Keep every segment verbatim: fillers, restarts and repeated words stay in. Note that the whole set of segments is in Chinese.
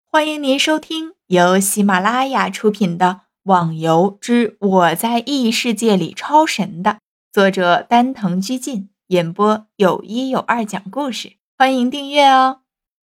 欢迎您收听由喜马拉雅出品的《网游之我在异世界里超神》的作者丹藤居进，演播有一有二讲故事，欢迎订阅哦。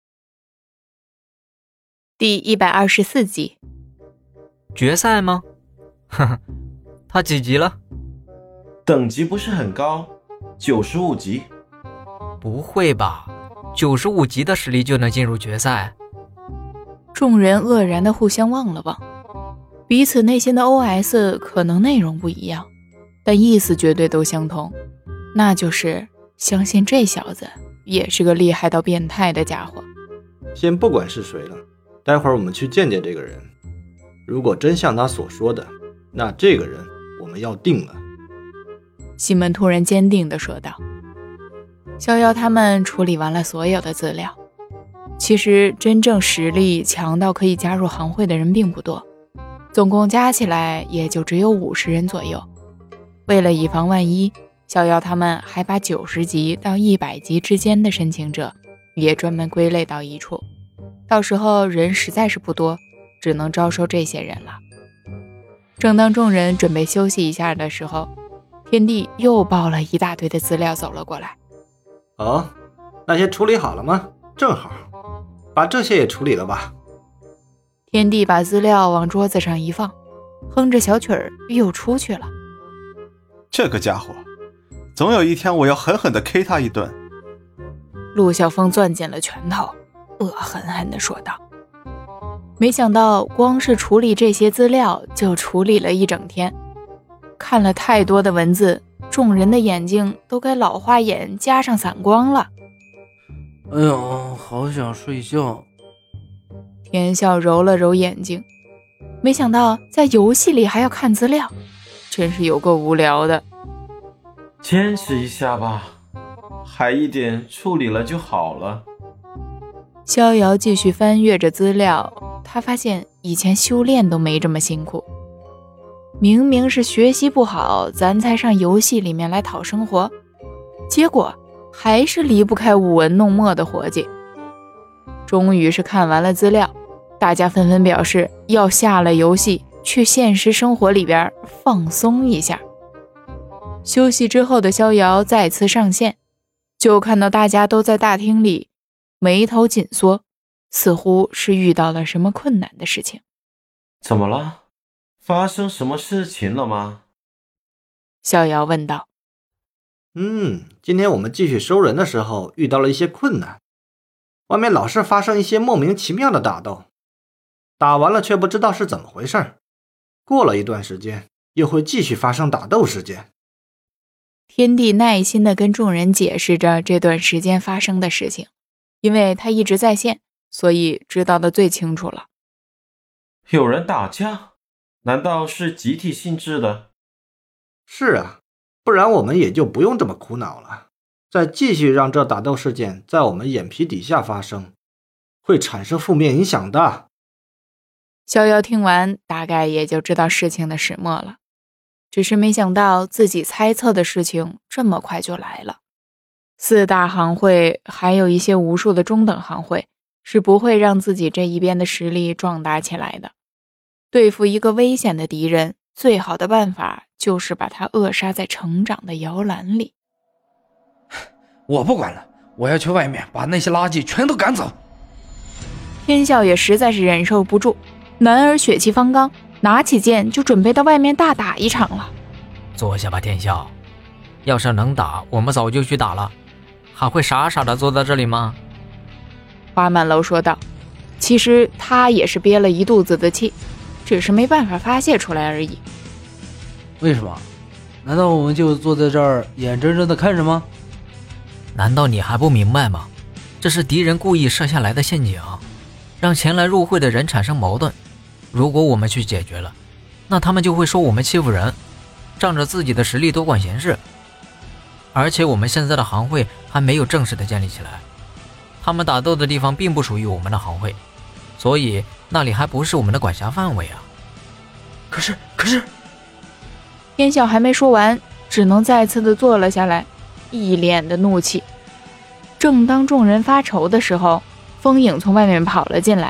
第一百二十四集， 决赛吗？呵呵，他几级了？ 等级不是很高，九十五级。 不会吧，九十五级的实力就能进入决赛？ 众人愕然地互相望了望，彼此内心的 O S 可能内容不一样，但意思绝对都相同，那就是相信这小子也是个厉害到变态的家伙。 先不管是谁了，待会儿我们去见见这个人，如果真像他所说的，那这个人我们要定了。 西门突然坚定地说道。逍遥他们处理完了所有的资料，其实真正实力强到可以加入行会的人并不多，总共加起来也就只有五十人左右。为了以防万一，逍遥他们还把九十级到一百级之间的申请者也专门归类到一处，到时候人实在是不多，只能招收这些人了。正当众人准备休息一下的时候，天帝又抱了一大堆的资料走了过来。 哦，那些处理好了吗？正好，把这些也处理了吧。 天帝把资料往桌子上一放，哼着小曲儿又出去了。 这个家伙，总有一天我要狠狠地 K 他一顿。 陆小凤攥紧了拳头，恶狠狠地说道。没想到光是处理这些资料就处理了一整天，看了太多的文字，众人的眼睛都该老花眼加上散光了。 哎呦，好想睡觉。 田笑揉了揉眼睛，没想到在游戏里还要看资料，真是有够无聊的。 坚持一下吧，还一点处理了就好了。 逍遥继续翻阅着资料，他发现以前修炼都没这么辛苦。明明是学习不好，咱才上游戏里面来讨生活，结果还是离不开舞文弄墨的活计。终于是看完了资料，大家纷纷表示要下了游戏，去现实生活里边放松一下。休息之后的逍遥再次上线，就看到大家都在大厅里眉头紧缩，似乎是遇到了什么困难的事情。 怎么了？发生什么事情了吗？ 逍遥问道。 嗯，今天我们继续收人的时候遇到了一些困难，外面老是发生一些莫名其妙的打斗，打完了却不知道是怎么回事，过了一段时间又会继续发生打斗事件。 天帝耐心地跟众人解释着这段时间发生的事情，因为他一直在线，所以知道的最清楚了。 有人打架？难道是集体性质的？ 是啊，不然我们也就不用这么苦恼了。再继续让这打斗事件在我们眼皮底下发生，会产生负面影响的。 逍遥听完，大概也就知道事情的始末了，只是没想到自己猜测的事情这么快就来了。四大行会还有一些无数的中等行会是不会让自己这一边的实力壮大起来的。对付一个危险的敌人，最好的办法就是把他扼杀在成长的摇篮里。 我不管了，我要去外面把那些垃圾全都赶走。 天笑也实在是忍受不住，男儿血气方刚，拿起剑就准备到外面大打一场了。 坐下吧，天笑，要是能打，我们早就去打了，还会傻傻的坐在这里吗？ 花满楼说道。其实他也是憋了一肚子的气，只是没办法发泄出来而已。 为什么？难道我们就坐在这儿眼睁睁地看着吗？ 难道你还不明白吗？这是敌人故意设下来的陷阱，让前来入会的人产生矛盾。如果我们去解决了，那他们就会说我们欺负人，仗着自己的实力多管闲事。而且我们现在的行会还没有正式的建立起来，他们打斗的地方并不属于我们的行会，所以那里还不是我们的管辖范围啊。 可是可是天笑还没说完，只能再次的坐了下来，一脸的怒气。正当众人发愁的时候，风影从外面跑了进来，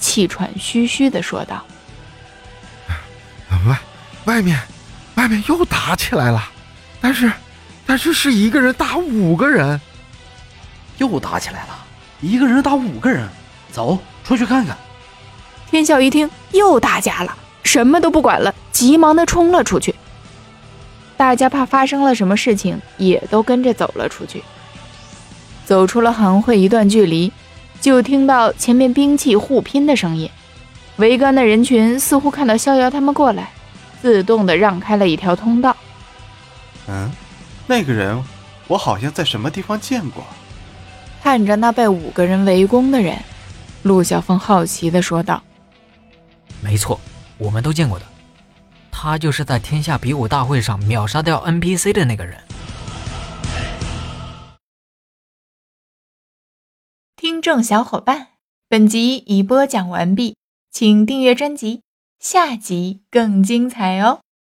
气喘吁吁地说道： 外外面外面又打起来了，但是但是是一个人打五个人。 又打起来了，一个人打五个人，走出去看看。 天笑一听又打架了，什么都不管了，急忙地冲了出去。大家怕发生了什么事情，也都跟着走了出去。走出了行会一段距离，就听到前面兵器互拼的声音。围观的人群似乎看到逍遥他们过来，自动地让开了一条通道。 嗯，那个人我好像在什么地方见过。 看着那被五个人围攻的人，陆小凤好奇地说道： 没错，我们都见过的，他就是在天下比武大会上秒杀掉 N P C 的那个人。 听众小伙伴，本集已播讲完毕，请订阅专辑，下集更精彩哦。